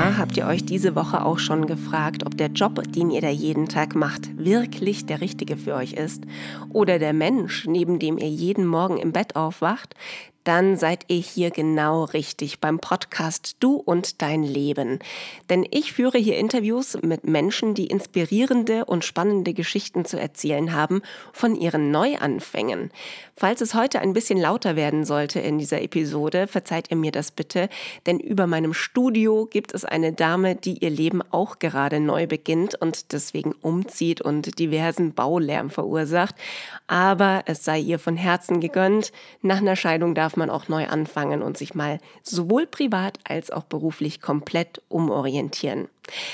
Na, habt ihr euch diese Woche auch schon gefragt, ob der Job, den ihr da jeden Tag macht, wirklich der richtige für euch ist? Oder der Mensch, neben dem ihr jeden Morgen im Bett aufwacht? Dann seid ihr hier genau richtig beim Podcast Du und dein Leben. Denn ich führe hier Interviews mit Menschen, die inspirierende und spannende Geschichten zu erzählen haben von ihren Neuanfängen. Falls es heute ein bisschen lauter werden sollte in dieser Episode, verzeiht ihr mir das bitte, denn über meinem Studio gibt es eine Dame, die ihr Leben auch gerade neu beginnt und deswegen umzieht und diversen Baulärm verursacht. Aber es sei ihr von Herzen gegönnt. Nach einer Scheidung darf man auch neu anfangen und sich mal sowohl privat als auch beruflich komplett umorientieren.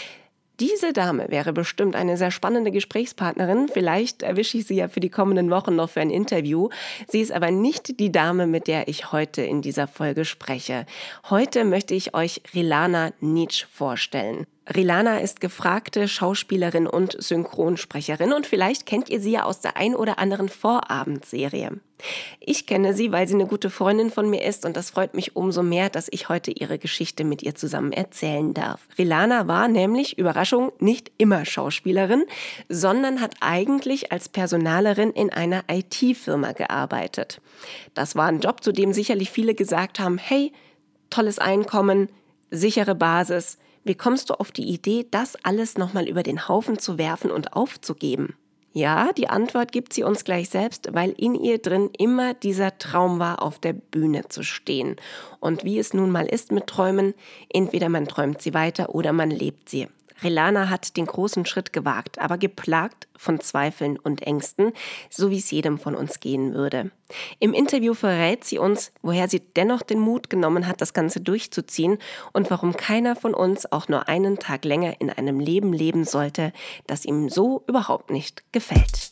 Diese Dame wäre bestimmt eine sehr spannende Gesprächspartnerin. Vielleicht erwische ich sie ja für die kommenden Wochen noch für ein Interview. Sie ist aber nicht die Dame, mit der ich heute in dieser Folge spreche. Heute möchte ich euch Rilana Nitsch vorstellen. Rilana ist gefragte Schauspielerin und Synchronsprecherin und vielleicht kennt ihr sie ja aus der ein oder anderen Vorabendserie. Ich kenne sie, weil sie eine gute Freundin von mir ist und das freut mich umso mehr, dass ich heute ihre Geschichte mit ihr zusammen erzählen darf. Rilana war nämlich, Überraschung, nicht immer Schauspielerin, sondern hat eigentlich als Personalerin in einer IT-Firma gearbeitet. Das war ein Job, zu dem sicherlich viele gesagt haben, hey, tolles Einkommen, sichere Basis. Wie kommst du auf die Idee, das alles nochmal über den Haufen zu werfen und aufzugeben? Ja, die Antwort gibt sie uns gleich selbst, weil in ihr drin immer dieser Traum war, auf der Bühne zu stehen. Und wie es nun mal ist mit Träumen, entweder man träumt sie weiter oder man lebt sie. Rilana hat den großen Schritt gewagt, aber geplagt von Zweifeln und Ängsten, so wie es jedem von uns gehen würde. Im Interview verrät sie uns, woher sie dennoch den Mut genommen hat, das Ganze durchzuziehen und warum keiner von uns auch nur einen Tag länger in einem Leben leben sollte, das ihm so überhaupt nicht gefällt.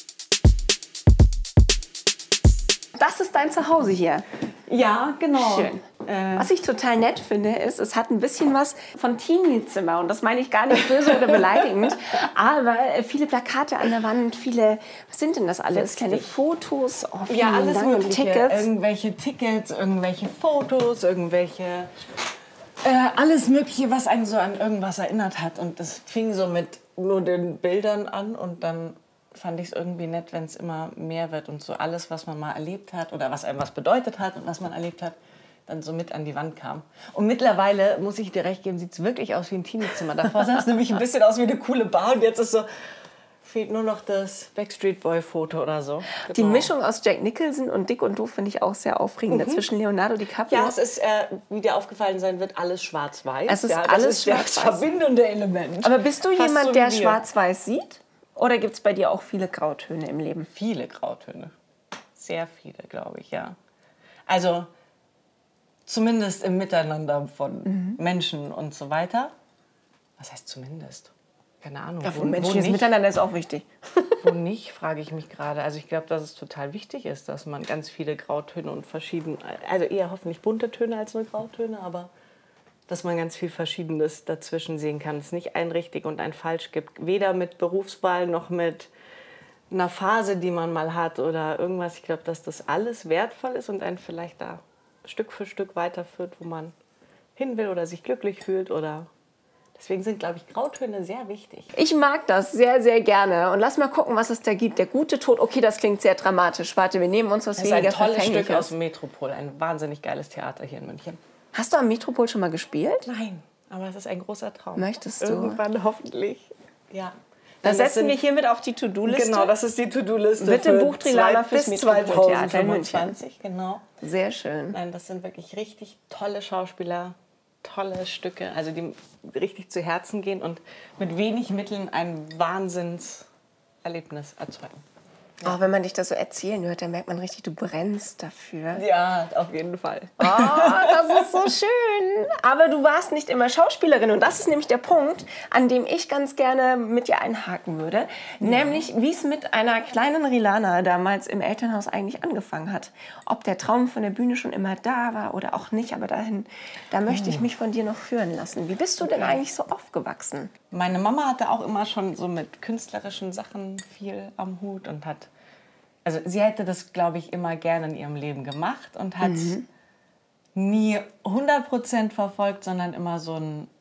Das ist dein Zuhause hier. Ja, genau. Schön. Was ich total nett finde, ist, es hat ein bisschen was von Teenie-Zimmer. Und das meine ich gar nicht böse oder beleidigend. Aber viele Plakate an der Wand, viele, was sind denn das alles? Kleine Fotos, Ja, alles lange mögliche. Tickets. Irgendwelche Tickets, irgendwelche Fotos, irgendwelche... alles Mögliche, was einen so an irgendwas erinnert hat. Und das fing so mit nur den Bildern an und dann fand ich es irgendwie nett, wenn es immer mehr wird und so alles, was man mal erlebt hat oder was einem was bedeutet hat und was man erlebt hat, dann so mit an die Wand kam. Und mittlerweile, muss ich dir recht geben, sieht es wirklich aus wie ein Teenie-Zimmer. Davor sah es nämlich ein bisschen aus wie eine coole Bar und jetzt ist so, fehlt nur noch das Backstreet Boy-Foto oder so. Genau. Die Mischung aus Jack Nicholson und Dick und Doof finde ich auch sehr aufregend. Dazwischen Leonardo DiCaprio. Ja, es ist, wie dir aufgefallen sein wird, alles schwarz-weiß. Es ist ja, das alles ist schwarz-weiß. das verbindende Element. Aber bist du Fast jemand, so wie der wir. schwarz-weiß sieht? Oder gibt es bei dir auch viele Grautöne im Leben? Viele Grautöne. Sehr viele, glaube ich, ja. Also zumindest im Miteinander von Menschen und so weiter. Was heißt zumindest? Keine Ahnung. Ja, von menschliches Miteinander ist auch wichtig. Wo nicht, frage ich mich gerade. Also ich glaube, dass es total wichtig ist, dass man ganz viele Grautöne und verschiedene, also eher hoffentlich bunte Töne als nur Grautöne, aber dass man ganz viel Verschiedenes dazwischen sehen kann. Es nicht ein richtig und ein falsch gibt. Weder mit Berufswahl noch mit einer Phase, die man mal hat oder irgendwas. Ich glaube, dass das alles wertvoll ist und einen vielleicht da Stück für Stück weiterführt, wo man hin will oder sich glücklich fühlt oder... Deswegen sind, glaube ich, Grautöne sehr wichtig. Ich mag das sehr, sehr gerne. Und lass mal gucken, was es da gibt. Der gute Tod, okay, das klingt sehr dramatisch. Warte, wir nehmen uns was weniger Verfängliches. Das ist ein tolles Stück aus Verfängliches. dem Metropol. Ein wahnsinnig geiles Theater hier in München. Hast du am Metropol schon mal gespielt? Nein, aber es ist ein großer Traum. Möchtest du? Irgendwann hoffentlich. Ja. Das setzen wir hiermit auf die To-Do-Liste. Genau, das ist die To-Do-Liste. Bitte bucht Rilana fürs bis Metropoltheater in 2025. Genau. Sehr schön. Nein, das sind wirklich richtig tolle Schauspieler, tolle Stücke, also die richtig zu Herzen gehen und mit wenig Mitteln ein Wahnsinnserlebnis erzeugen. Ja. Oh, wenn man dich das so erzählen hört, dann merkt man richtig, du brennst dafür. Ja, auf jeden Fall. Oh, das ist so schön. Aber du warst nicht immer Schauspielerin. Und das ist nämlich der Punkt, an dem ich ganz gerne mit dir einhaken würde. Nämlich, wie es mit einer kleinen Rilana damals im Elternhaus eigentlich angefangen hat. Ob der Traum von der Bühne schon immer da war oder auch nicht. Aber da möchte ich mich von dir noch führen lassen. Wie bist du denn eigentlich so aufgewachsen? Meine Mama hatte auch immer schon so mit künstlerischen Sachen viel am Hut und also sie hätte das, glaube ich, immer gerne in ihrem Leben gemacht und hat nie 100% verfolgt, sondern immer so ein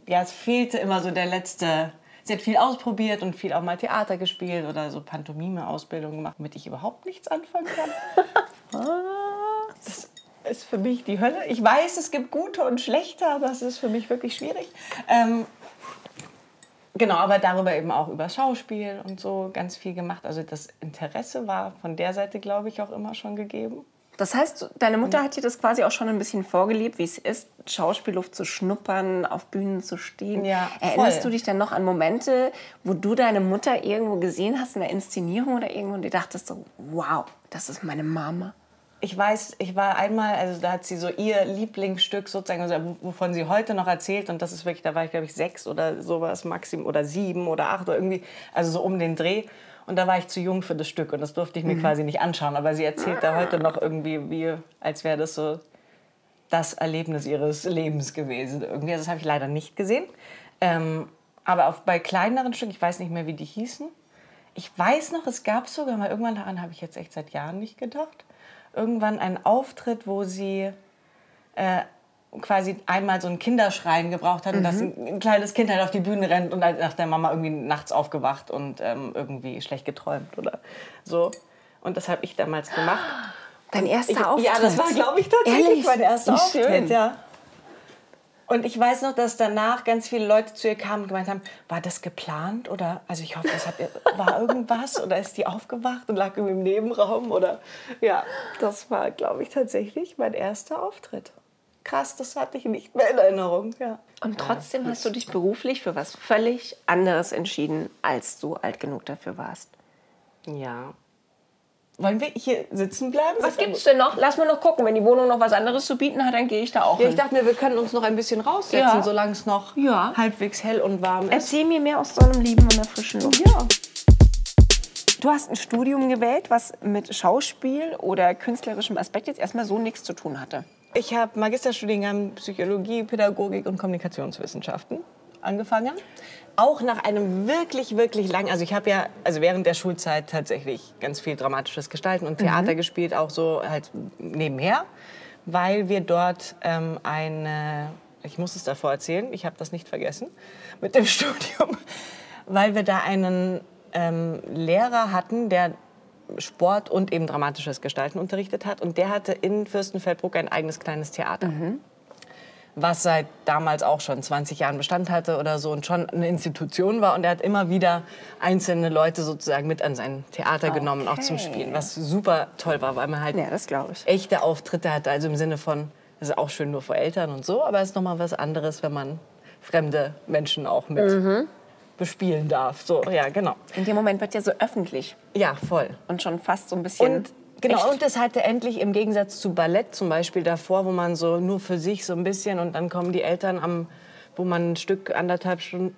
ja, es fehlte immer so der letzte. Sie hat viel ausprobiert und viel auch mal Theater gespielt oder so Pantomime-Ausbildung gemacht, womit ich überhaupt nichts anfangen kann. Das ist für mich die Hölle. Ich weiß, es gibt gute und schlechte, aber es ist für mich wirklich schwierig. Genau, aber darüber eben auch über Schauspiel und so ganz viel gemacht. Also das Interesse war von der Seite, glaube ich, auch immer schon gegeben. Das heißt, deine Mutter hat dir das quasi auch schon ein bisschen vorgelebt, wie es ist, Schauspielluft zu schnuppern, auf Bühnen zu stehen. Ja, Erinnerst voll. du dich dann noch an Momente, wo du deine Mutter irgendwo gesehen hast, in der Inszenierung oder irgendwo, und dir dachtest so, wow, das ist meine Mama? Ich weiß, ich war einmal, also da hat sie so ihr Lieblingsstück sozusagen, also wovon sie heute noch erzählt, und das ist wirklich, da war ich glaube ich 6 oder sowas, Maximum, oder 7 oder 8 oder irgendwie, also so um den Dreh. Und da war ich zu jung für das Stück und das durfte ich mir quasi nicht anschauen. Aber sie erzählt da heute noch irgendwie, wie, als wäre das so das Erlebnis ihres Lebens gewesen. Irgendwie, also das habe ich leider nicht gesehen. Aber bei kleineren Stücken, ich weiß nicht mehr, wie die hießen. Ich weiß noch, es gab sogar mal irgendwann, daran habe ich jetzt echt seit Jahren nicht gedacht, irgendwann einen Auftritt, wo sie quasi einmal so einen Kinderschreien gebraucht hat und dass ein kleines Kind halt auf die Bühne rennt und halt nach der Mama irgendwie nachts aufgewacht und irgendwie schlecht geträumt oder so. Und das habe ich damals gemacht. Dein erster Auftritt? Ja, das war, glaube ich, tatsächlich Ehrlich? mein erster Wie Auftritt. schön. Ja. Und ich weiß noch, dass danach ganz viele Leute zu ihr kamen und gemeint haben, war das geplant? Oder, also ich hoffe, war irgendwas? Oder ist die aufgewacht und lag irgendwie im Nebenraum? Oder, ja, das war, glaube ich, tatsächlich mein erster Auftritt. Krass, das hatte ich nicht mehr in Erinnerung. Ja. Und trotzdem hast du dich beruflich für was völlig anderes entschieden, als du alt genug dafür warst. Ja. Wollen wir hier sitzen bleiben? Was gibt's denn noch? Lass mal noch gucken. Wenn die Wohnung noch was anderes zu bieten hat, dann gehe ich da auch Ja, ich hin. dachte mir, wir können uns noch ein bisschen raussetzen, Ja. solange es noch Ja. halbwegs hell und warm ist. Erzähl mir mehr aus so einem Leben und der frischen Luft. Ja. Du hast ein Studium gewählt, was mit Schauspiel oder künstlerischem Aspekt jetzt erstmal so nichts zu tun hatte. Ich habe Magisterstudiengang Psychologie, Pädagogik und Kommunikationswissenschaften angefangen. Auch nach einem wirklich, wirklich langen, also ich habe ja während der Schulzeit tatsächlich ganz viel dramatisches Gestalten und Theater gespielt, auch so halt nebenher, weil wir dort ich muss es davor erzählen, ich habe das nicht vergessen mit dem Studium, weil wir da einen Lehrer hatten, der Sport und eben dramatisches Gestalten unterrichtet hat. Und der hatte in Fürstenfeldbruck ein eigenes kleines Theater. Was seit damals auch schon 20 Jahren Bestand hatte oder so und schon eine Institution war. Und er hat immer wieder einzelne Leute sozusagen mit an sein Theater genommen, auch zum Spielen. Was super toll war, weil man halt Ja, das glaube ich. echte Auftritte hatte. Also im Sinne von, das ist auch schön nur vor Eltern und so, aber es ist nochmal was anderes, wenn man fremde Menschen auch mit bespielen darf. So, ja, genau. In dem Moment wird ja so öffentlich Ja, voll. und schon fast so ein bisschen Und genau, echt. und das hatte endlich im Gegensatz zu Ballett zum Beispiel davor, wo man so nur für sich so ein bisschen und dann kommen die Eltern wo man ein Stück anderthalb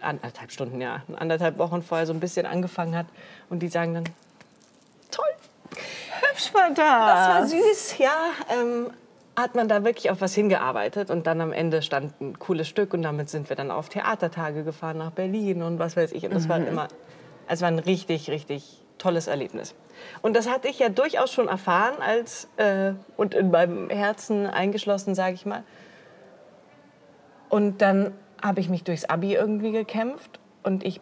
Wochen vorher so ein bisschen angefangen hat und die sagen dann, toll, hübsch war das war süß, ja, hat man da wirklich auf was hingearbeitet und dann am Ende stand ein cooles Stück und damit sind wir dann auf Theatertage gefahren nach Berlin und was weiß ich. Und das war es war ein richtig, richtig tolles Erlebnis. Und das hatte ich ja durchaus schon erfahren und in meinem Herzen eingeschlossen, sage ich mal. Und dann habe ich mich durchs Abi irgendwie gekämpft und ich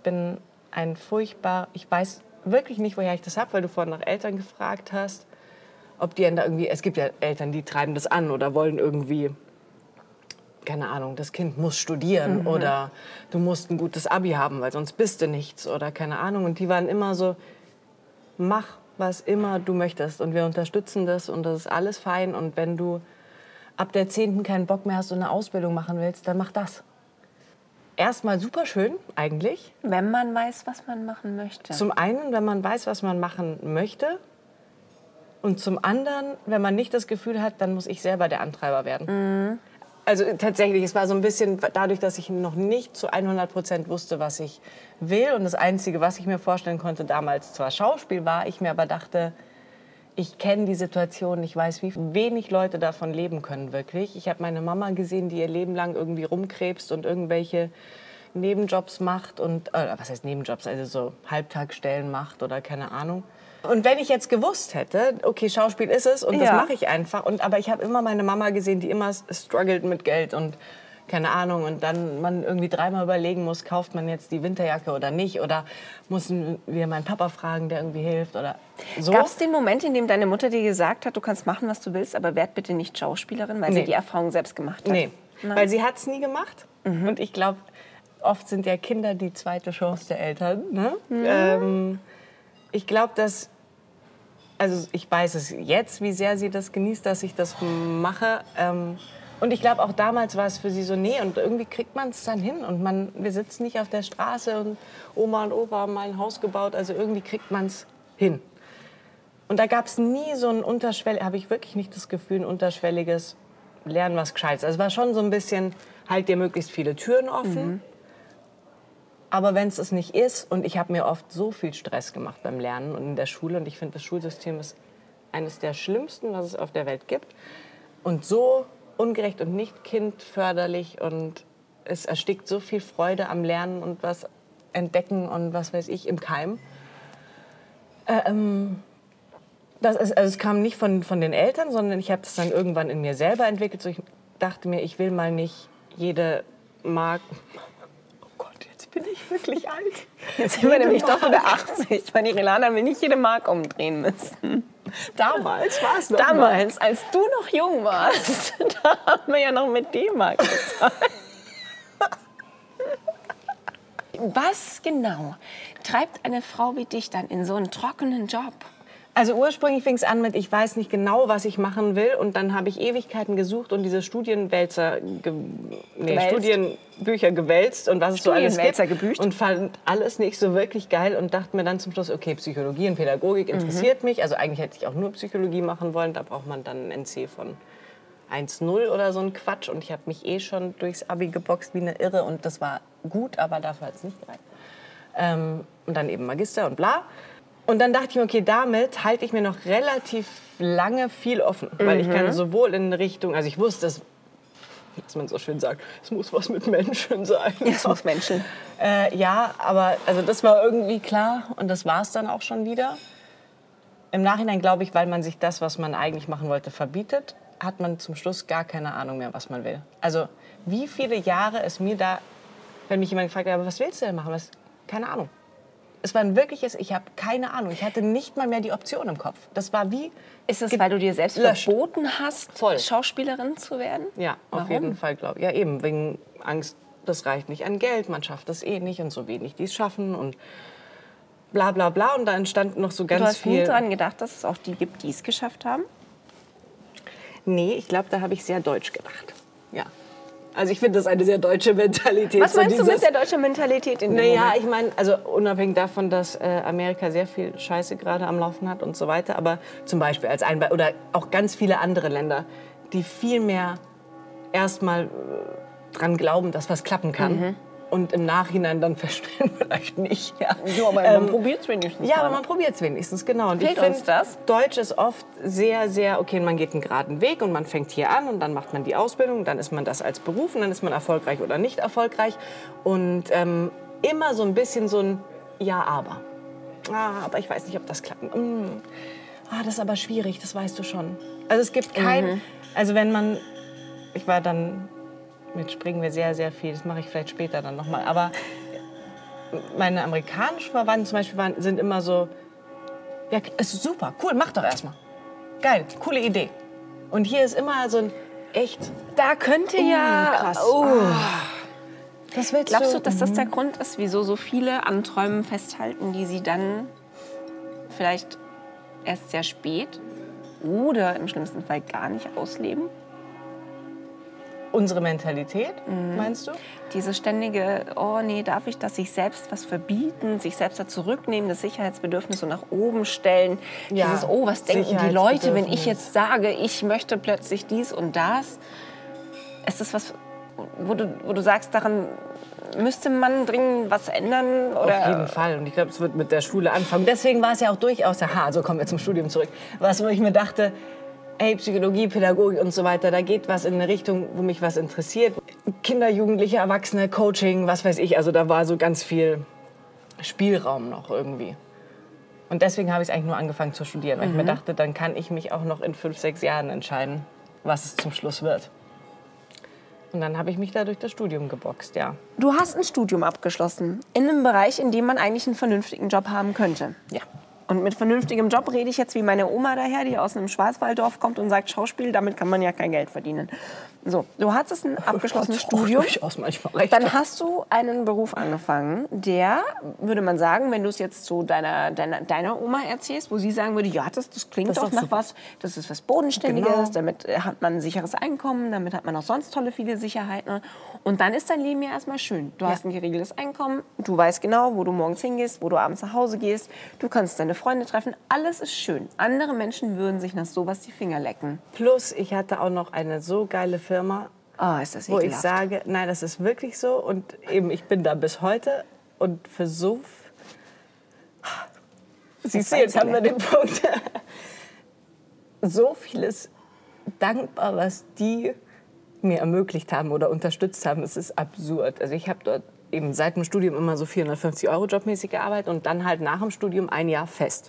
weiß wirklich nicht, woher ich das habe, weil du vorhin nach Eltern gefragt hast. Ob die da irgendwie, es gibt ja Eltern, die treiben das an oder wollen irgendwie, keine Ahnung, das Kind muss studieren oder du musst ein gutes Abi haben, weil sonst bist du nichts oder keine Ahnung. Und die waren immer so, mach was immer du möchtest und wir unterstützen das und das ist alles fein. Und wenn du ab der 10. keinen Bock mehr hast und eine Ausbildung machen willst, dann mach das. Erstmal super schön eigentlich. Wenn man weiß, was man machen möchte. Zum einen, wenn man weiß, was man machen möchte. Und zum anderen, wenn man nicht das Gefühl hat, dann muss ich selber der Antreiber werden. Also tatsächlich, es war so ein bisschen dadurch, dass ich noch nicht zu 100% wusste, was ich will. Und das Einzige, was ich mir vorstellen konnte damals, zwar Schauspiel war, ich mir aber dachte, ich kenne die Situation, ich weiß, wie wenig Leute davon leben können wirklich. Ich habe meine Mama gesehen, die ihr Leben lang irgendwie rumkrebst und irgendwelche Nebenjobs macht. Was heißt Nebenjobs? Also so Halbtagsstellen macht oder keine Ahnung. Und wenn ich jetzt gewusst hätte, okay, Schauspiel ist es und das mache ich einfach. Aber ich habe immer meine Mama gesehen, die immer struggelt mit Geld und keine Ahnung, und dann man irgendwie dreimal überlegen muss, kauft man jetzt die Winterjacke oder nicht, oder müssen wir meinen Papa fragen, der irgendwie hilft oder so. Gab es den Moment, in dem deine Mutter dir gesagt hat, du kannst machen, was du willst, aber werd bitte nicht Schauspielerin, weil sie die Erfahrung selbst gemacht hat? Nee, weil sie hat es nie gemacht. Und ich glaube, oft sind ja Kinder die zweite Chance der Eltern. Ne? Ich glaube, dass, also ich weiß es jetzt, wie sehr sie das genießt, dass ich das mache. Und ich glaube, auch damals war es für sie so, nee, und irgendwie kriegt man es dann hin. Und wir sitzen nicht auf der Straße und Oma und Opa haben mal ein Haus gebaut. Also irgendwie kriegt man es hin. Und da gab es nie so ein habe ich wirklich nicht das Gefühl, ein unterschwelliges Lernen was Gescheites. Also es war schon so ein bisschen, halt dir möglichst viele Türen offen. Aber wenn es das nicht ist, und ich habe mir oft so viel Stress gemacht beim Lernen und in der Schule, und ich finde, das Schulsystem ist eines der schlimmsten, was es auf der Welt gibt. Und so ungerecht und nicht kindförderlich, und es erstickt so viel Freude am Lernen und was entdecken und was weiß ich im Keim. Es kam nicht von den Eltern, sondern ich habe das dann irgendwann in mir selber entwickelt. So, ich dachte mir, ich will mal nicht jede Mark... Bin ich wirklich alt? Jetzt sind wir nämlich doch wieder 80, weil die Rilana will nicht jede Mark umdrehen müssen. Damals war es noch. Damals, als du noch jung warst, da haben wir ja noch mit D-Mark gezahlt. Was genau treibt eine Frau wie dich dann in so einen trockenen Job? Also ursprünglich fing es an mit, ich weiß nicht genau, was ich machen will. Und dann habe ich Ewigkeiten gesucht und diese Studienbücher gewälzt und was es so alles gibt. Gebücht. Und fand alles nicht so wirklich geil und dachte mir dann zum Schluss, okay, Psychologie und Pädagogik interessiert mich. Also eigentlich hätte ich auch nur Psychologie machen wollen. Da braucht man dann ein NC von 1,0 oder so ein Quatsch. Und ich habe mich schon durchs Abi geboxt wie eine Irre. Und das war gut, aber dafür hat es nicht gereicht. Und dann eben Magister und bla. Und dann dachte ich mir, okay, damit halte ich mir noch relativ lange viel offen. Weil ich kann sowohl in Richtung, also ich wusste, dass man so schön sagt, es muss was mit Menschen sein. Ja, es muss Menschen. Ja, aber also das war irgendwie klar und das war es dann auch schon wieder. Im Nachhinein glaube ich, weil man sich das, was man eigentlich machen wollte, verbietet, hat man zum Schluss gar keine Ahnung mehr, was man will. Also wie viele Jahre es mir da, wenn mich jemand gefragt hat, aber was willst du denn machen? Keine Ahnung. Es war ein wirkliches, ich habe keine Ahnung. Ich hatte nicht mal mehr die Option im Kopf. Das war wie... Ist es, weil du dir selbst verboten hast, Schauspielerin zu werden? Ja, auf jeden Fall, glaube ich. Ja, eben, wegen Angst, das reicht nicht an Geld, man schafft das eh nicht und so wenig, die es schaffen und bla bla bla. Und da entstand noch so ganz viel... Du hast nie daran gedacht, dass es auch die gibt, die es geschafft haben? Nee, ich glaube, da habe ich sehr deutsch gedacht. Ja. Also ich finde das eine sehr deutsche Mentalität. Was meinst du mit der deutschen Mentalität in dem Naja, Moment? ich meine, also unabhängig davon, dass Amerika sehr viel Scheiße gerade am Laufen hat und so weiter, aber zum Beispiel als oder auch ganz viele andere Länder, die viel mehr erstmal dran glauben, dass was klappen kann. Und im Nachhinein dann feststellen, vielleicht nicht. Ja, aber man probiert es wenigstens. Ja, aber man probiert es wenigstens, genau. Und Fehlt uns das? Deutsch ist oft sehr, sehr, okay, man geht einen geraden Weg und man fängt hier an und dann macht man die Ausbildung, dann ist man das als Beruf und dann ist man erfolgreich oder nicht erfolgreich. Und immer so ein bisschen so ein Ja, aber. Aber ich weiß nicht, ob das klappt. Das ist aber schwierig, das weißt du schon. Also es gibt kein, also wenn man, ich war dann... Mit springen wir sehr, sehr viel. Das mache ich vielleicht später dann nochmal. Aber meine amerikanischen Verwandten zum Beispiel sind immer so, ja, ist super, cool, mach doch erstmal. Geil, coole Idee. Und hier ist immer so ein echt... Da könnte krass. Das Glaubst du, dass das der Grund ist, wieso so viele an Träumen festhalten, die sie dann vielleicht erst sehr spät oder im schlimmsten Fall gar nicht ausleben? Unsere Mentalität, meinst du? Diese ständige, oh nee, darf ich das, sich selbst was verbieten, sich selbst da zurücknehmen, das Sicherheitsbedürfnis so nach oben stellen. Ja, dieses, oh, was denken die Leute, wenn ich jetzt sage, ich möchte plötzlich dies und das. Ist das was, wo du sagst, daran müsste man dringend was ändern? Oder? Auf jeden Fall. Und ich glaube, es wird mit der Schule anfangen. Deswegen war es ja auch durchaus, so kommen wir zum Studium zurück, wo ich mir dachte, hey, Psychologie, Pädagogik und so weiter, da geht was in eine Richtung, wo mich was interessiert. Kinder, Jugendliche, Erwachsene, Coaching, was weiß ich. Also da war so ganz viel Spielraum noch irgendwie. Und deswegen habe ich es eigentlich nur angefangen zu studieren. Weil ich mir dachte, dann kann ich mich auch noch in 5, 6 Jahren entscheiden, was es zum Schluss wird. Und dann habe ich mich da durch das Studium geboxt, ja. Du hast ein Studium abgeschlossen in einem Bereich, in dem man eigentlich einen vernünftigen Job haben könnte. Ja. Und mit vernünftigem Job rede ich jetzt wie meine Oma daher, die aus einem Schwarzwalddorf kommt und sagt, Schauspiel, damit kann man ja kein Geld verdienen. So, du hattest ein abgeschlossenes Studium, Durchaus manchmal recht. dann hast du einen Beruf angefangen, der, würde man sagen, wenn du es jetzt zu deiner Oma erzählst, wo sie sagen würde, ja, das klingt Das ist doch doch nach super. was, das ist was Bodenständiges, Genau. damit hat man ein sicheres Einkommen, damit hat man auch sonst viele Sicherheiten. Und dann ist dein Leben ja erstmal schön. Du hast ein geregeltes Einkommen, du weißt genau, wo du morgens hingehst, wo du abends nach Hause gehst, du kannst deine Freunde treffen, alles ist schön. Andere Menschen würden sich nach sowas die Finger lecken. Plus, ich hatte auch noch eine so geile Firma, Oh, ist das wo ich ekelhaft. sage, nein, das ist wirklich so. Und eben, ich bin da bis heute. Und für so... Siehst du, jetzt haben wir den Punkt. So vieles dankbar, was die mir ermöglicht haben oder unterstützt haben. Es ist absurd. Also ich habe dort eben seit dem Studium immer so 450 € jobmäßig gearbeitet und dann halt nach dem Studium ein Jahr fest.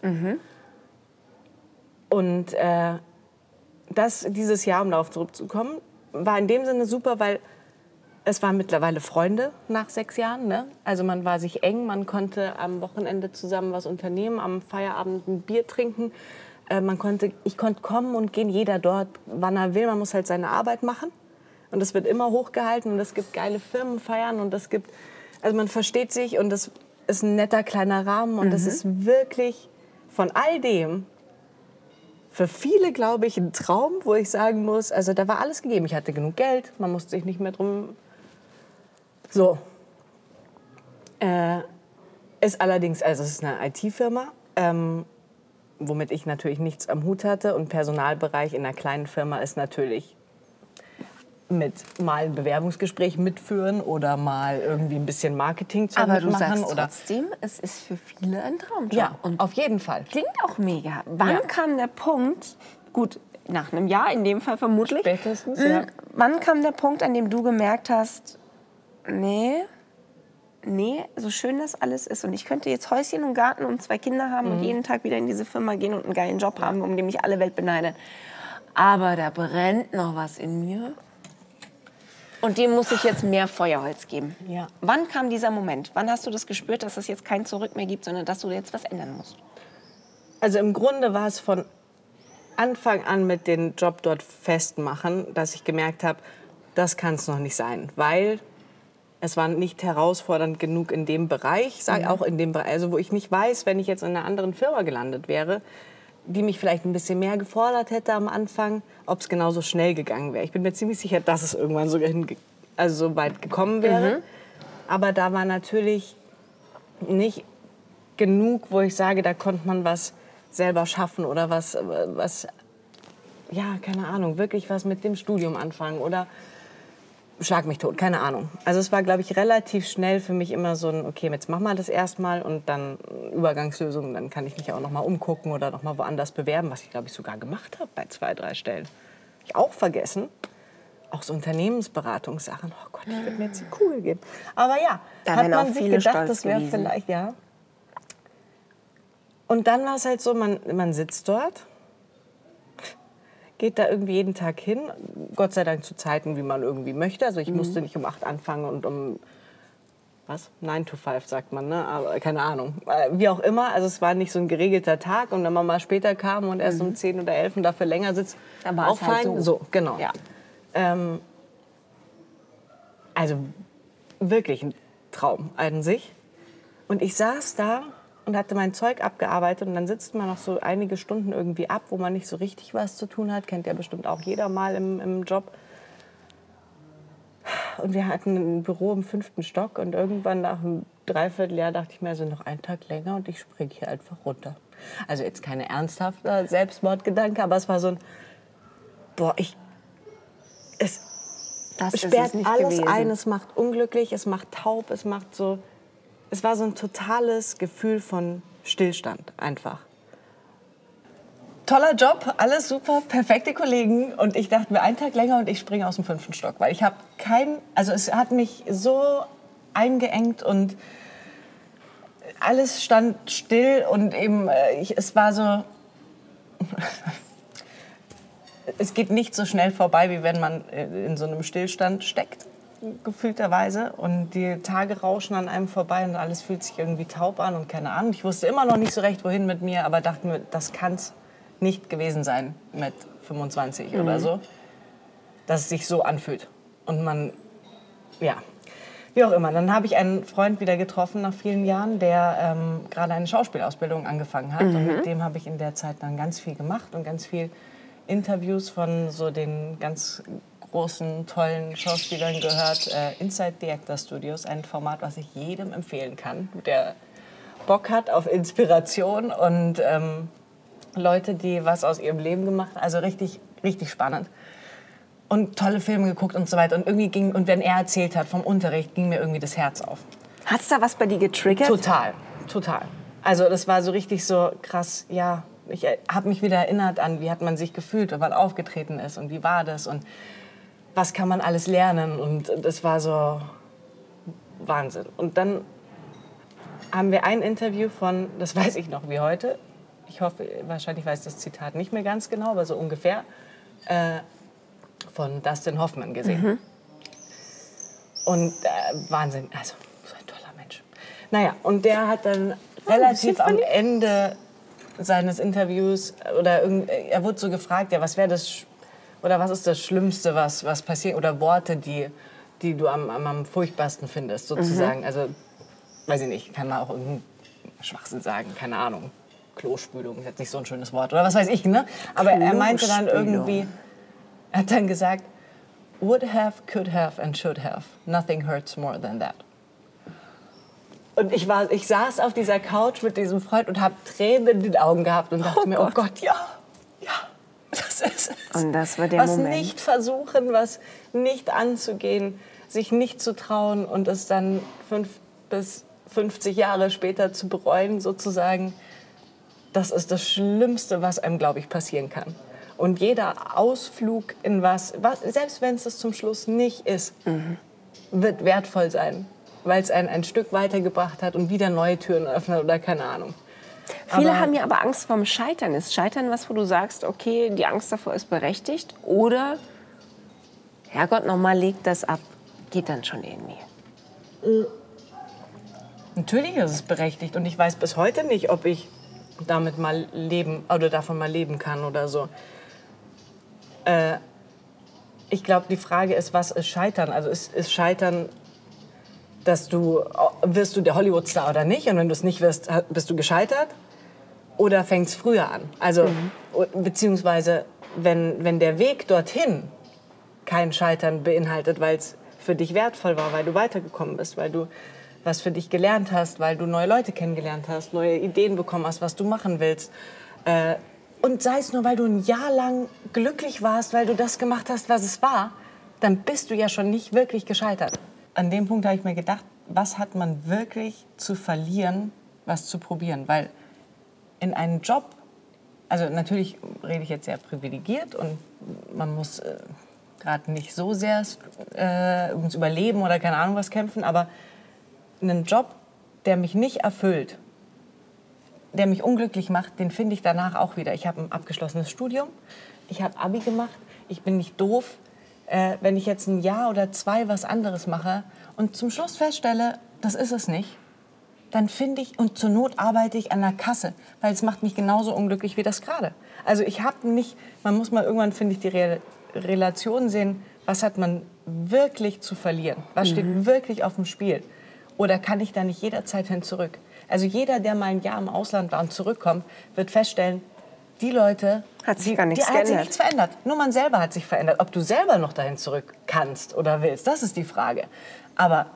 Und dieses Jahr, um darauf zurückzukommen, war in dem Sinne super, weil es waren mittlerweile Freunde nach 6 Jahren. Ne? Also man war sich eng, man konnte am Wochenende zusammen was unternehmen, am Feierabend ein Bier trinken. Ich konnte kommen und gehen, jeder dort, wann er will. Man muss halt seine Arbeit machen. Und es wird immer hochgehalten und es gibt geile Firmenfeiern und also man versteht sich und es ist ein netter kleiner Rahmen und das ist wirklich von all dem für viele, glaube ich, ein Traum, wo ich sagen muss, also da war alles gegeben. Ich hatte genug Geld, man musste sich nicht mehr drum... So. Ist allerdings, also es ist eine IT-Firma, womit ich natürlich nichts am Hut hatte. Und Personalbereich in einer kleinen Firma ist natürlich mit mal ein Bewerbungsgespräch mitführen oder mal irgendwie ein bisschen Marketing zu Aber du mitmachen. sagst Oder trotzdem, es ist für viele ein Traumjob. ja, Und auf jeden Fall. klingt auch mega. Wann Ja. kam der Punkt, gut, nach einem Jahr in dem Fall vermutlich, Spätestens, ja. Wann kam der Punkt, an dem du gemerkt hast, nee, so schön das alles ist und ich könnte jetzt Häuschen und Garten und 2 Kinder haben und jeden Tag wieder in diese Firma gehen und einen geilen Job haben, um den mich alle Welt beneidet. Aber da brennt noch was in mir und dem muss ich jetzt mehr Feuerholz geben. Ja. Wann kam dieser Moment? Wann hast du das gespürt, dass es jetzt kein Zurück mehr gibt, sondern dass du jetzt was ändern musst? Also im Grunde war es von Anfang an mit dem Job dort festmachen, dass ich gemerkt habe, das kann es noch nicht sein, weil es war nicht herausfordernd genug in dem Bereich, auch in dem Bereich, also wo ich nicht weiß, wenn ich jetzt in einer anderen Firma gelandet wäre, die mich vielleicht ein bisschen mehr gefordert hätte am Anfang, ob es genauso schnell gegangen wäre. Ich bin mir ziemlich sicher, dass es irgendwann sogar so weit gekommen wäre. Aber da war natürlich nicht genug, wo ich sage, da konnte man was selber schaffen oder was, ja, keine Ahnung, wirklich was mit dem Studium anfangen oder schlag mich tot, keine Ahnung. Also es war, glaube ich, relativ schnell für mich immer so ein, okay, jetzt machen wir das erstmal und dann Übergangslösung, dann kann ich mich auch noch mal umgucken oder noch mal woanders bewerben, was ich, glaube ich, sogar gemacht habe bei 2, 3 Stellen. Hab ich auch vergessen. Auch so Unternehmensberatungssachen. Oh Gott, ich würde mir jetzt die Kugel geben. Aber ja, Da hat wären man auch sich viele gedacht, stolz das wäre gewesen. vielleicht, ja. Und dann war es halt so, man sitzt dort, geht da irgendwie jeden Tag hin, Gott sei Dank zu Zeiten, wie man irgendwie möchte. Also ich musste nicht um 8 anfangen und um, 9 to 5 sagt man, ne? Aber keine Ahnung. Wie auch immer, also es war nicht so ein geregelter Tag und wenn man mal später kam und erst um 10 oder 11 und dafür länger sitzt, Dann war auch es halt fein. so. So, genau. Ja. Also wirklich ein Traum an sich. Und ich saß da und hatte mein Zeug abgearbeitet und dann sitzt man noch so einige Stunden irgendwie ab, wo man nicht so richtig was zu tun hat. Kennt ja bestimmt auch jeder mal im Job. Und wir hatten ein Büro im 5. Stock und irgendwann nach einem Dreivierteljahr dachte ich mir, also noch einen Tag länger und ich springe hier einfach runter. Also jetzt keine ernsthafte Selbstmordgedanke, aber es war so ein, Das ist sperrt es nicht alles gewesen. ein, es macht unglücklich, es macht taub, es war so ein totales Gefühl von Stillstand einfach. Toller Job, alles super, perfekte Kollegen und ich dachte mir, einen Tag länger und ich springe aus dem 5. Stock, weil ich habe also es hat mich so eingeengt und alles stand still und eben es war so es geht nicht so schnell vorbei, wie wenn man in so einem Stillstand steckt, gefühlterweise. Und die Tage rauschen an einem vorbei und alles fühlt sich irgendwie taub an und keine Ahnung. Ich wusste immer noch nicht so recht, wohin mit mir, aber dachte mir, das kann es nicht gewesen sein mit 25 oder so, dass es sich so anfühlt. Und man, ja, wie auch immer. Dann habe ich einen Freund wieder getroffen nach vielen Jahren, der gerade eine Schauspielausbildung angefangen hat. Und mit dem habe ich in der Zeit dann ganz viel gemacht und ganz viel Interviews von so den ganz großen, tollen Schauspielern gehört. Inside the Actor Studios, ein Format, was ich jedem empfehlen kann, der Bock hat auf Inspiration und Leute, die was aus ihrem Leben gemacht haben. Also richtig, richtig spannend. Und tolle Filme geguckt und so weiter. Und irgendwie und wenn er erzählt hat vom Unterricht, ging mir irgendwie das Herz auf. Hat's da was bei dir getriggert? Total, total. Also das war so richtig so krass, ja. Ich habe mich wieder erinnert an, wie hat man sich gefühlt, wenn man aufgetreten ist und wie war das und was kann man alles lernen. Und das war so Wahnsinn. Und dann haben wir ein Interview von, das weiß ich noch wie heute, ich hoffe, wahrscheinlich weiß das Zitat nicht mehr ganz genau, aber so ungefähr, von Dustin Hoffman gesehen. Und Wahnsinn, also so ein toller Mensch. Naja, und der hat dann relativ am Ende seines Interviews, oder er wurde so gefragt, ja, was wäre das, oder was ist das Schlimmste, was passiert, oder Worte, die du am furchtbarsten findest, sozusagen. Also, weiß ich nicht, kann man auch irgendeinen Schwachsinn sagen, keine Ahnung. Klospülung ist jetzt nicht so ein schönes Wort, oder was weiß ich, ne? Aber er meinte dann irgendwie, er hat dann gesagt, would have, could have and should have. Nothing hurts more than that. Und ich saß auf dieser Couch mit diesem Freund und habe Tränen in den Augen gehabt und dachte mir, oh Gott, ja, das ist es. Und das war der was Moment. Nicht versuchen, was nicht anzugehen, sich nicht zu trauen und es dann 5 bis 50 Jahre später zu bereuen, sozusagen. Das ist das Schlimmste, was einem, glaube ich, passieren kann. Und jeder Ausflug in was selbst wenn es das zum Schluss nicht ist, wird wertvoll sein, weil es einen ein Stück weitergebracht hat und wieder neue Türen öffnet oder keine Ahnung. Viele haben ja aber Angst vorm Scheitern. Ist Scheitern was, wo du sagst, okay, die Angst davor ist berechtigt? Oder, Herrgott, nochmal, leg das ab. Geht dann schon irgendwie. Natürlich ist es berechtigt und ich weiß bis heute nicht, ob ich damit mal leben oder davon mal leben kann oder so. Ich glaube, die Frage ist, was ist Scheitern? Also ist Scheitern, wirst du der Hollywood-Star oder nicht? Und wenn du es nicht wirst, bist du gescheitert? Oder fängt es früher an? Also, beziehungsweise, wenn der Weg dorthin kein Scheitern beinhaltet, weil es für dich wertvoll war, weil du weitergekommen bist, weil du was für dich gelernt hast, weil du neue Leute kennengelernt hast, neue Ideen bekommen hast, was du machen willst. Und sei es nur, weil du ein Jahr lang glücklich warst, weil du das gemacht hast, was es war, dann bist du ja schon nicht wirklich gescheitert. An dem Punkt habe ich mir gedacht, was hat man wirklich zu verlieren, was zu probieren? Weil in einem Job, also natürlich rede ich jetzt sehr privilegiert und man muss gerade nicht so sehr ums Überleben oder keine Ahnung was kämpfen, aber einen Job, der mich nicht erfüllt, der mich unglücklich macht, den finde ich danach auch wieder. Ich habe ein abgeschlossenes Studium, ich habe Abi gemacht, ich bin nicht doof. Wenn ich jetzt ein Jahr oder 2 was anderes mache und zum Schluss feststelle, das ist es nicht, dann finde ich, und zur Not arbeite ich an der Kasse, weil es macht mich genauso unglücklich wie das gerade. Also ich habe nicht, man muss mal irgendwann, finde ich, die Relation sehen, was hat man wirklich zu verlieren? Was steht wirklich auf dem Spiel? Oder kann ich da nicht jederzeit hin zurück? Also jeder, der mal ein Jahr im Ausland war und zurückkommt, wird feststellen, die Leute, hat sich gar nichts hat sich nichts verändert. Nur man selber hat sich verändert. Ob du selber noch dahin zurück kannst oder willst, das ist die Frage. Aber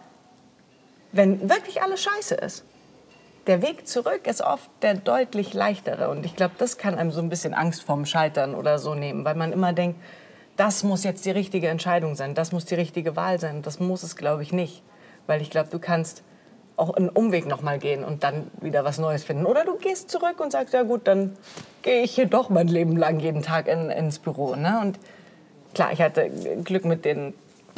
wenn wirklich alles scheiße ist, der Weg zurück ist oft der deutlich leichtere. Und ich glaube, das kann einem so ein bisschen Angst vorm Scheitern oder so nehmen. Weil man immer denkt, das muss jetzt die richtige Entscheidung sein, das muss die richtige Wahl sein. Das muss es, glaube ich, nicht. Weil ich glaube, du kannst auch einen Umweg noch mal gehen und dann wieder was Neues finden. Oder du gehst zurück und sagst, ja gut, dann gehe ich hier doch mein Leben lang jeden Tag ins Büro. Ne? Und klar, ich hatte Glück mit den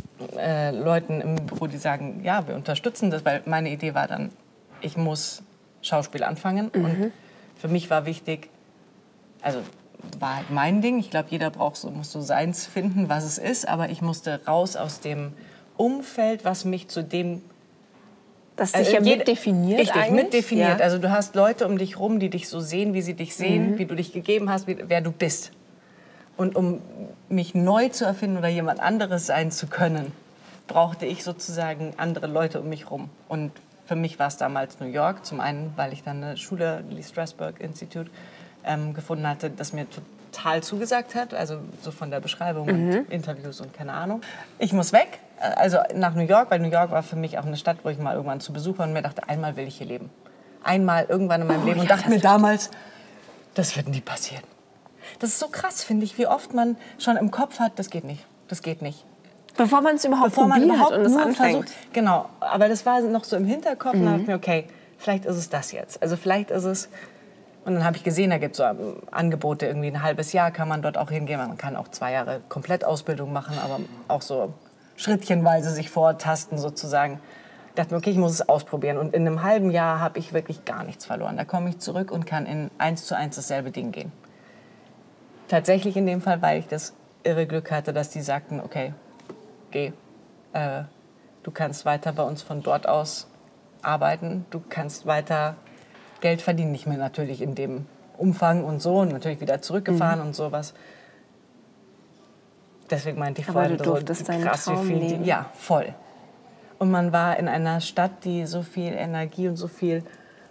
Leuten im Büro, die sagen, ja, wir unterstützen das, weil meine Idee war dann, ich muss Schauspiel anfangen. Und für mich war wichtig, also war halt mein Ding. Ich glaube, jeder muss so seins finden, was es ist. Aber ich musste raus aus dem Umfeld, was mich zu dem... Das dich ja mitdefiniert richtig, eigentlich. mitdefiniert. Ja. Also du hast Leute um dich rum, die dich so sehen, wie sie dich sehen, wie du dich gegeben hast, wer du bist. Und um mich neu zu erfinden oder jemand anderes sein zu können, brauchte ich sozusagen andere Leute um mich rum. Und für mich war es damals New York. Zum einen, weil ich dann eine Schule, Lee Strasberg Institute, gefunden hatte, das mir total zugesagt hat. Also so von der Beschreibung und Interviews und keine Ahnung. Ich muss weg, also nach New York, weil New York war für mich auch eine Stadt, wo ich mal irgendwann zu Besuch war und mir dachte, einmal will ich hier leben. Einmal irgendwann in meinem Leben. Und dachte mir damals, das wird nie passieren. Das ist so krass, finde ich, wie oft man schon im Kopf hat, das geht nicht, das geht nicht. Bevor man es überhaupt probiert und es anfängt. Versucht. Genau, aber das war noch so im Hinterkopf und dann dachte ich mir, okay, vielleicht ist es das jetzt. Also vielleicht ist es, und dann habe ich gesehen, da gibt es so Angebote, irgendwie ein halbes Jahr kann man dort auch hingehen. Man kann auch 2 Jahre Komplettausbildung machen, aber auch so schrittchenweise sich vortasten sozusagen. Ich dachte mir, okay, ich muss es ausprobieren. Und in einem halben Jahr habe ich wirklich gar nichts verloren. Da komme ich zurück und kann in 1:1 dasselbe Ding gehen. Tatsächlich in dem Fall, weil ich das irre Glück hatte, dass die sagten, okay, geh, du kannst weiter bei uns von dort aus arbeiten, du kannst weiter Geld verdienen, nicht mehr natürlich in dem Umfang und so, und natürlich wieder zurückgefahren und sowas. Deswegen meinte ich vorhin, du durftest deinen krass, Traum wie viel, leben. ja, voll. Und man war in einer Stadt, die so viel Energie und so viel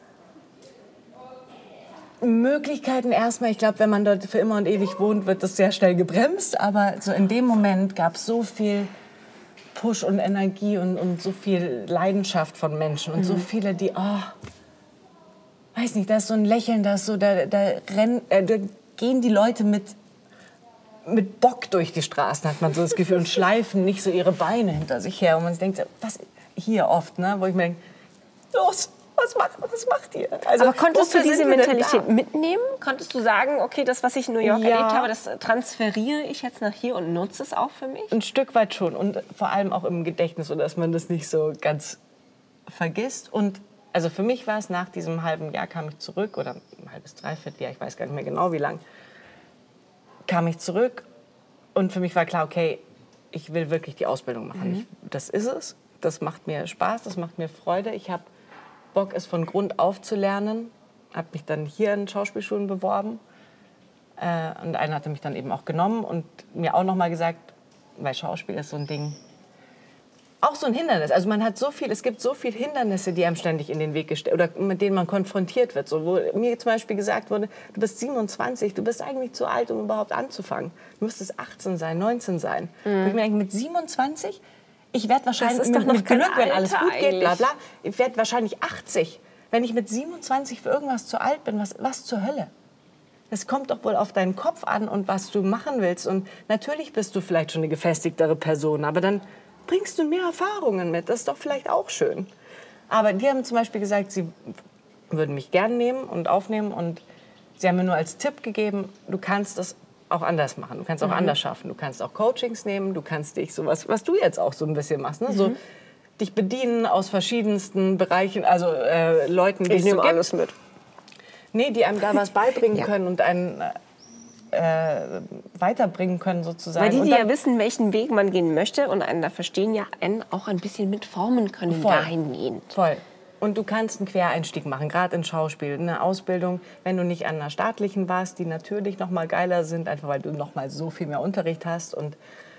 Möglichkeiten erstmal. Ich glaube, wenn man dort für immer und ewig wohnt, wird das sehr schnell gebremst. Aber so in dem Moment gab es so viel Push und Energie und so viel Leidenschaft von Menschen und so viele, die, weiß nicht, da ist so ein Lächeln, da ist so, da gehen die Leute mit Bock durch die Straßen, hat man so das Gefühl, und schleifen nicht so ihre Beine hinter sich her. Und man denkt, was hier oft, ne, wo ich mir denke, los, was macht ihr? Also, aber konntest du diese Mentalität da? mitnehmen? Konntest du sagen, okay, das, was ich in New York Ja. erlebt habe, das transferiere ich jetzt nach hier und nutze es auch für mich? Ein Stück weit schon und vor allem auch im Gedächtnis, sodass man das nicht so ganz vergisst. Und also für mich war es nach diesem halben Jahr, kam ich zurück, oder ein halbes, dreiviertel Jahr, ich weiß gar nicht mehr genau wie lang, kam ich zurück und für mich war klar, okay, ich will wirklich die Ausbildung machen. Das ist es, das macht mir Spaß, das macht mir Freude. Ich habe Bock, es von Grund auf zu lernen. Habe mich dann hier in Schauspielschulen beworben. Und einer hatte mich dann eben auch genommen und mir auch noch mal gesagt, weil Schauspiel ist so ein Ding, auch so ein Hindernis. Also man hat so viel, es gibt so viele Hindernisse, die einem ständig in den Weg gestellt oder mit denen man konfrontiert wird. So, wo mir zum Beispiel gesagt wurde, du bist 27, du bist eigentlich zu alt, um überhaupt anzufangen. Du müsstest 18 sein, 19 sein. Wo ich mir denke, mit 27? Ich werde wahrscheinlich Das ist doch noch mit Glück, kein wenn alles Alter gut geht, bla eigentlich. bla, ich werde wahrscheinlich 80. Wenn ich mit 27 für irgendwas zu alt bin, was zur Hölle? Das kommt doch wohl auf deinen Kopf an und was du machen willst. Und natürlich bist du vielleicht schon eine gefestigtere Person, aber dann bringst du mehr Erfahrungen mit. Das ist doch vielleicht auch schön. Aber die haben zum Beispiel gesagt, sie würden mich gern nehmen und aufnehmen. Und sie haben mir nur als Tipp gegeben, du kannst das auch anders machen. Du kannst auch anders schaffen. Du kannst auch Coachings nehmen. Du kannst dich sowas, was du jetzt auch so ein bisschen machst, ne? So dich bedienen aus verschiedensten Bereichen, also Leuten, die Ich es so nehme gibt. alles mit. Nee, die einem da was beibringen können und einen weiterbringen können sozusagen. Weil die Und ja dann- wissen, welchen Weg man gehen möchte und einen da verstehen, ja einen auch ein bisschen mitformen können Voll. dahingehend. Voll. Und du kannst einen Quereinstieg machen, gerade in Schauspiel. Eine Ausbildung, wenn du nicht an einer staatlichen warst, die natürlich noch mal geiler sind, einfach weil du noch mal so viel mehr Unterricht hast. Und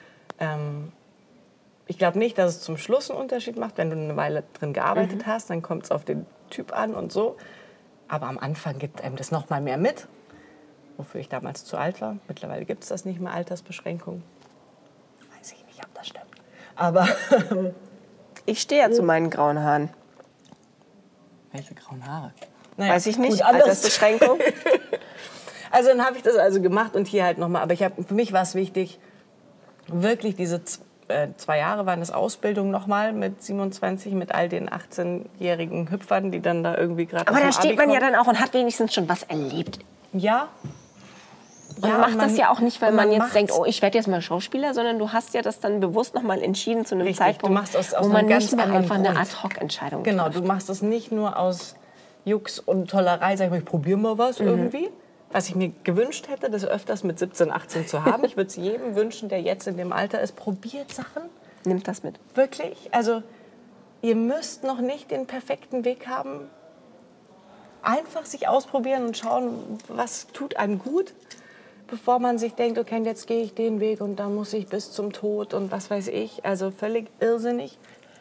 ich glaube nicht, dass es zum Schluss einen Unterschied macht, wenn du eine Weile drin gearbeitet hast. Dann kommt es auf den Typ an und so. Aber am Anfang gibt einem das noch mal mehr mit, wofür ich damals zu alt war. Mittlerweile gibt es das nicht mehr, Altersbeschränkung. Weiß ich nicht, ob das stimmt. Aber Ich stehe ja zu meinen grauen Haaren. welche grauen Haare? Naja, Weiß ich nicht, gut, anders. Altersbeschränkung. Also dann habe ich das also gemacht und hier halt nochmal. Aber für mich war es wichtig, wirklich diese 2 Jahre waren das Ausbildung nochmal mit 27, mit all den 18-jährigen Hüpfern, die dann da irgendwie gerade Aber aus da dem steht Abi man ja kommen. dann auch und hat wenigstens schon was erlebt. Ja. Und macht das ja auch nicht, weil und man jetzt macht's. denkt, oh, ich werde jetzt mal Schauspieler, sondern du hast ja das dann bewusst noch mal entschieden zu einem Richtig, Zeitpunkt, du machst aus wo einem man ganz nicht mehr anderen einfach eine Grund. Ad-Hoc-Entscheidung Genau, trifft. du machst das nicht nur aus Jux und Tollerei, sag ich mal, ich probiere mal was irgendwie, was ich mir gewünscht hätte, das öfters mit 17, 18 zu haben. Ich würde es jedem wünschen, der jetzt in dem Alter ist, probiert Sachen. Nimmt das mit. Wirklich. Also ihr müsst noch nicht den perfekten Weg haben. Einfach sich ausprobieren und schauen, was tut einem gut, bevor man sich denkt, okay, jetzt gehe ich den Weg und dann muss ich bis zum Tod und was weiß ich. Also völlig irrsinnig.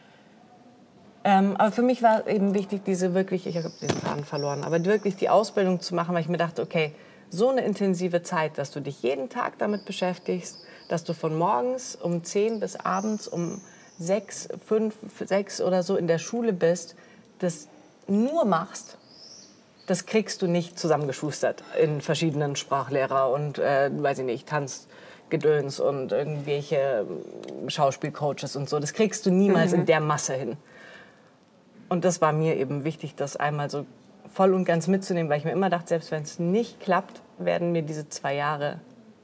Aber für mich war eben wichtig, ich habe den Faden verloren, aber wirklich die Ausbildung zu machen, weil ich mir dachte, okay, so eine intensive Zeit, dass du dich jeden Tag damit beschäftigst, dass du von morgens um 10 bis abends um 6, 5, 6 oder so in der Schule bist, das nur machst, das kriegst du nicht zusammengeschustert in verschiedenen Sprachlehrer und, weiß ich nicht, Tanzgedöns und irgendwelche Schauspielcoaches und so. Das kriegst du niemals in der Masse hin. Und das war mir eben wichtig, das einmal so voll und ganz mitzunehmen, weil ich mir immer dachte, selbst wenn es nicht klappt, werden mir diese 2 Jahre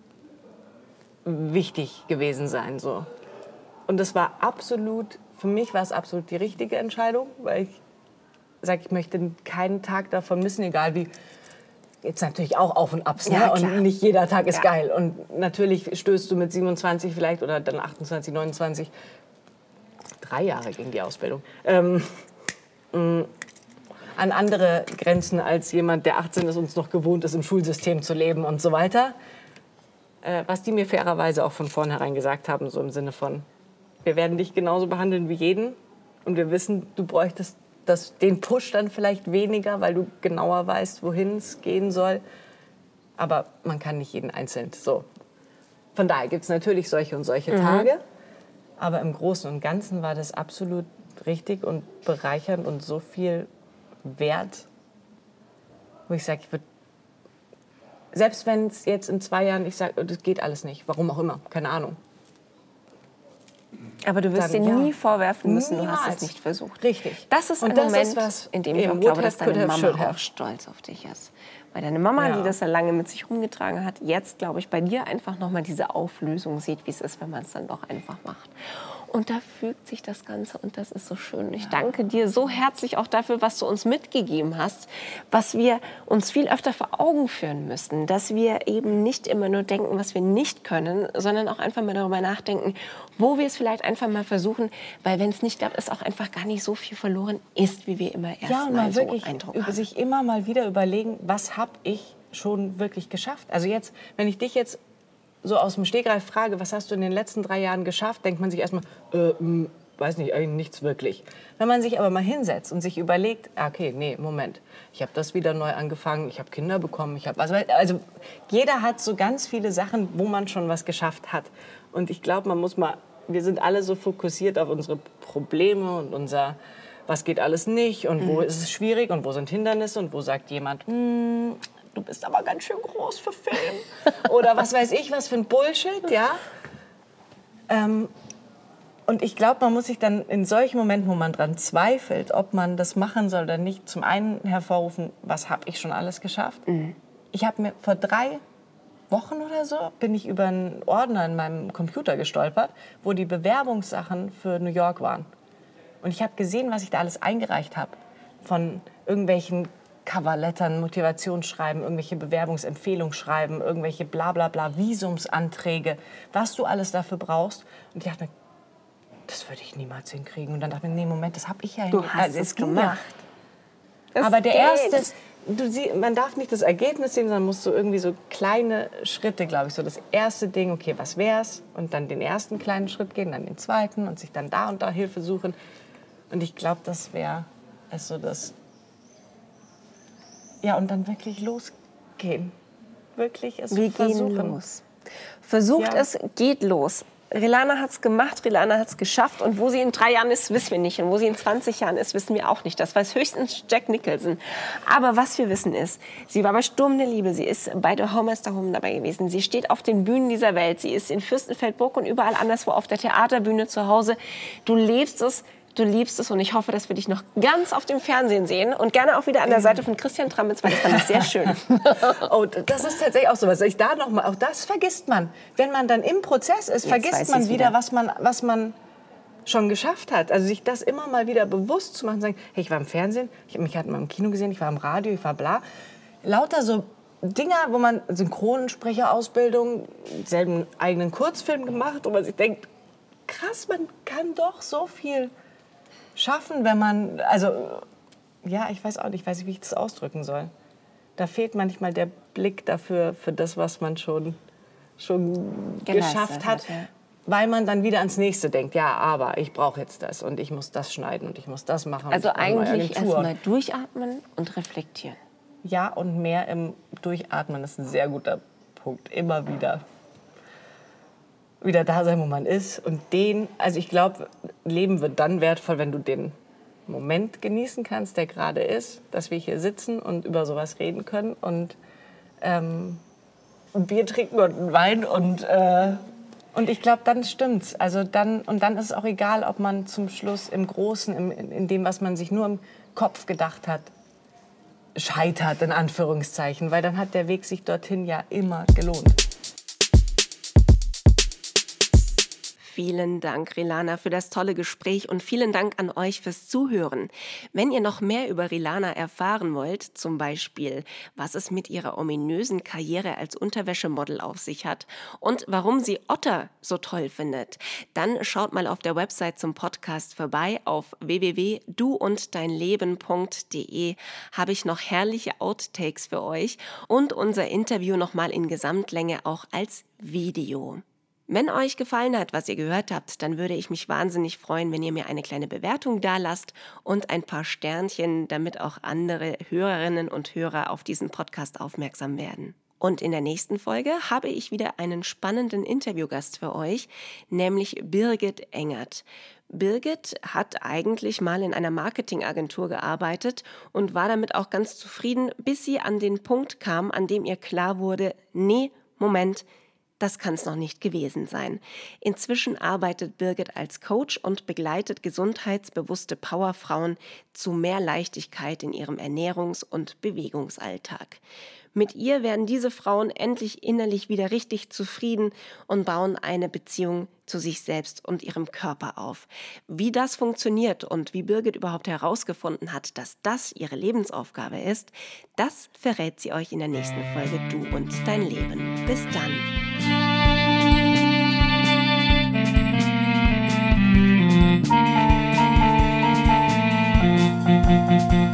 wichtig gewesen sein. So. Und das war absolut, für mich war es absolut die richtige Entscheidung, weil ich sage, ich möchte keinen Tag davon missen, egal wie, jetzt natürlich auch Auf und Abs, ne? Ja, Und nicht jeder Tag ist geil. Und natürlich stößt du mit 27 vielleicht oder dann 28, 29, 3 Jahre ging die Ausbildung, an andere Grenzen als jemand, der 18 ist und es noch gewohnt ist, im Schulsystem zu leben und so weiter. Was die mir fairerweise auch von vornherein gesagt haben, so im Sinne von, wir werden dich genauso behandeln wie jeden und wir wissen, du bräuchtest den Push dann vielleicht weniger, weil du genauer weißt, wohin es gehen soll. Aber man kann nicht jeden einzeln so. Von daher gibt es natürlich solche und solche Tage. Aber im Großen und Ganzen war das absolut richtig und bereichernd und so viel wert, wo ich sage, selbst wenn es jetzt in 2 Jahren, ich sage, das geht alles nicht, warum auch immer, keine Ahnung. Aber du wirst dir nie vorwerfen müssen, du hast es nicht versucht. Richtig. Das ist ein Moment, in dem ich auch glaube, dass deine Mama auch stolz auf dich ist. Weil deine Mama, die das ja lange mit sich rumgetragen hat, jetzt, glaube ich, bei dir einfach noch mal diese Auflösung sieht, wie es ist, wenn man es dann doch einfach macht. Und da fügt sich das Ganze und das ist so schön. Ich danke dir so herzlich auch dafür, was du uns mitgegeben hast, was wir uns viel öfter vor Augen führen müssen, dass wir eben nicht immer nur denken, was wir nicht können, sondern auch einfach mal darüber nachdenken, wo wir es vielleicht einfach mal versuchen, weil wenn es nicht klappt, ist auch einfach gar nicht so viel verloren ist, wie wir immer erst mal so Eindruck haben. Sich immer mal wieder überlegen, was habe ich schon wirklich geschafft? Also jetzt, wenn ich dich jetzt so aus dem Stegreif frage, was hast du in den letzten 3 Jahren geschafft, denkt man sich erstmal, weiß nicht, eigentlich nichts wirklich. Wenn man sich aber mal hinsetzt und sich überlegt, okay, nee, Moment, ich habe das wieder neu angefangen, ich habe Kinder bekommen, also jeder hat so ganz viele Sachen, wo man schon was geschafft hat. Und ich glaube, wir sind alle so fokussiert auf unsere Probleme und was geht alles nicht und wo ist es schwierig und wo sind Hindernisse und wo sagt jemand, du bist aber ganz schön groß für Film. Oder was weiß ich, was für ein Bullshit, ja. Und ich glaube, man muss sich dann in solchen Momenten, wo man dran zweifelt, ob man das machen soll oder nicht, zum einen hervorrufen, was habe ich schon alles geschafft. Ich habe mir vor 3 Wochen oder so, bin ich über einen Ordner in meinem Computer gestolpert, wo die Bewerbungssachen für New York waren. Und ich habe gesehen, was ich da alles eingereicht habe. Von irgendwelchen Coverlettern, Motivationsschreiben, irgendwelche Bewerbungsempfehlungsschreiben, irgendwelche Blablabla, Visumsanträge, was du alles dafür brauchst. Und ich dachte mir, das würde ich niemals hinkriegen. Und dann dachte ich mir, nee, Moment, das habe ich ja Du hast es gemacht. Aber der erste, man darf nicht das Ergebnis sehen, sondern muss so irgendwie so kleine Schritte, glaube ich, so das erste Ding, okay, was wär's? Und dann den ersten kleinen Schritt gehen, dann den zweiten und sich dann da und da Hilfe suchen. Und ich glaube, das wäre so das. Ja, und dann wirklich losgehen. Wirklich es versuchen. Gehen los. Versucht es, geht los. Rilana hat es gemacht, Rilana hat es geschafft. Und wo sie in 3 Jahren ist, wissen wir nicht. Und wo sie in 20 Jahren ist, wissen wir auch nicht. Das weiß höchstens Jack Nicholson. Aber was wir wissen ist, sie war bei Sturm der Liebe. Sie ist bei The Homemaster Home dabei gewesen. Sie steht auf den Bühnen dieser Welt. Sie ist in Fürstenfeldbruck und überall anderswo auf der Theaterbühne zu Hause. Du lebst es. Du liebst es und ich hoffe, dass wir dich noch ganz auf dem Fernsehen sehen und gerne auch wieder an der Seite von Christian Tramitz, weil das fand ich sehr schön. Oh, das ist tatsächlich auch so was. Auch das vergisst man. Wenn man dann im Prozess ist, vergisst man wieder, was man schon geschafft hat. Also sich das immer mal wieder bewusst zu machen, sagen, hey, ich war im Fernsehen, mich hat man im Kino gesehen, ich war im Radio, ich war bla. Lauter so Dinger, wo man Synchronsprecherausbildung, selben eigenen Kurzfilm gemacht, wo man sich denkt, krass, man kann doch so viel schaffen, wenn man, also, ja, ich weiß nicht, wie ich das ausdrücken soll. Da fehlt manchmal der Blick dafür, für das, was man schon geschafft hat, ja. Weil man dann wieder ans Nächste denkt. Ja, aber ich brauche jetzt das und ich muss das schneiden und ich muss das machen. Also eigentlich erstmal durchatmen und reflektieren. Ja, und mehr im Durchatmen ist ein sehr guter Punkt. Immer wieder da sein, wo man ist. Und also ich glaube, Leben wird dann wertvoll, wenn du den Moment genießen kannst, der gerade ist, dass wir hier sitzen und über sowas reden können und ein Bier trinken und einen Wein und ich glaube, dann stimmt's. Also dann ist es auch egal, ob man zum Schluss im Großen, in dem, was man sich nur im Kopf gedacht hat, scheitert, in Anführungszeichen, weil dann hat der Weg sich dorthin ja immer gelohnt. Vielen Dank, Rilana, für das tolle Gespräch und vielen Dank an euch fürs Zuhören. Wenn ihr noch mehr über Rilana erfahren wollt, zum Beispiel, was es mit ihrer ominösen Karriere als Unterwäschemodel auf sich hat und warum sie Otter so toll findet, dann schaut mal auf der Website zum Podcast vorbei. Auf www.duunddeinleben.de habe ich noch herrliche Outtakes für euch und unser Interview nochmal in Gesamtlänge auch als Video. Wenn euch gefallen hat, was ihr gehört habt, dann würde ich mich wahnsinnig freuen, wenn ihr mir eine kleine Bewertung dalasst und ein paar Sternchen, damit auch andere Hörerinnen und Hörer auf diesen Podcast aufmerksam werden. Und in der nächsten Folge habe ich wieder einen spannenden Interviewgast für euch, nämlich Birgit Engert. Birgit hat eigentlich mal in einer Marketingagentur gearbeitet und war damit auch ganz zufrieden, bis sie an den Punkt kam, an dem ihr klar wurde, nee, Moment, das kann es noch nicht gewesen sein. Inzwischen arbeitet Birgit als Coach und begleitet gesundheitsbewusste Powerfrauen zu mehr Leichtigkeit in ihrem Ernährungs- und Bewegungsalltag. Mit ihr werden diese Frauen endlich innerlich wieder richtig zufrieden und bauen eine Beziehung zu sich selbst und ihrem Körper auf. Wie das funktioniert und wie Birgit überhaupt herausgefunden hat, dass das ihre Lebensaufgabe ist, das verrät sie euch in der nächsten Folge Du und dein Leben. Bis dann.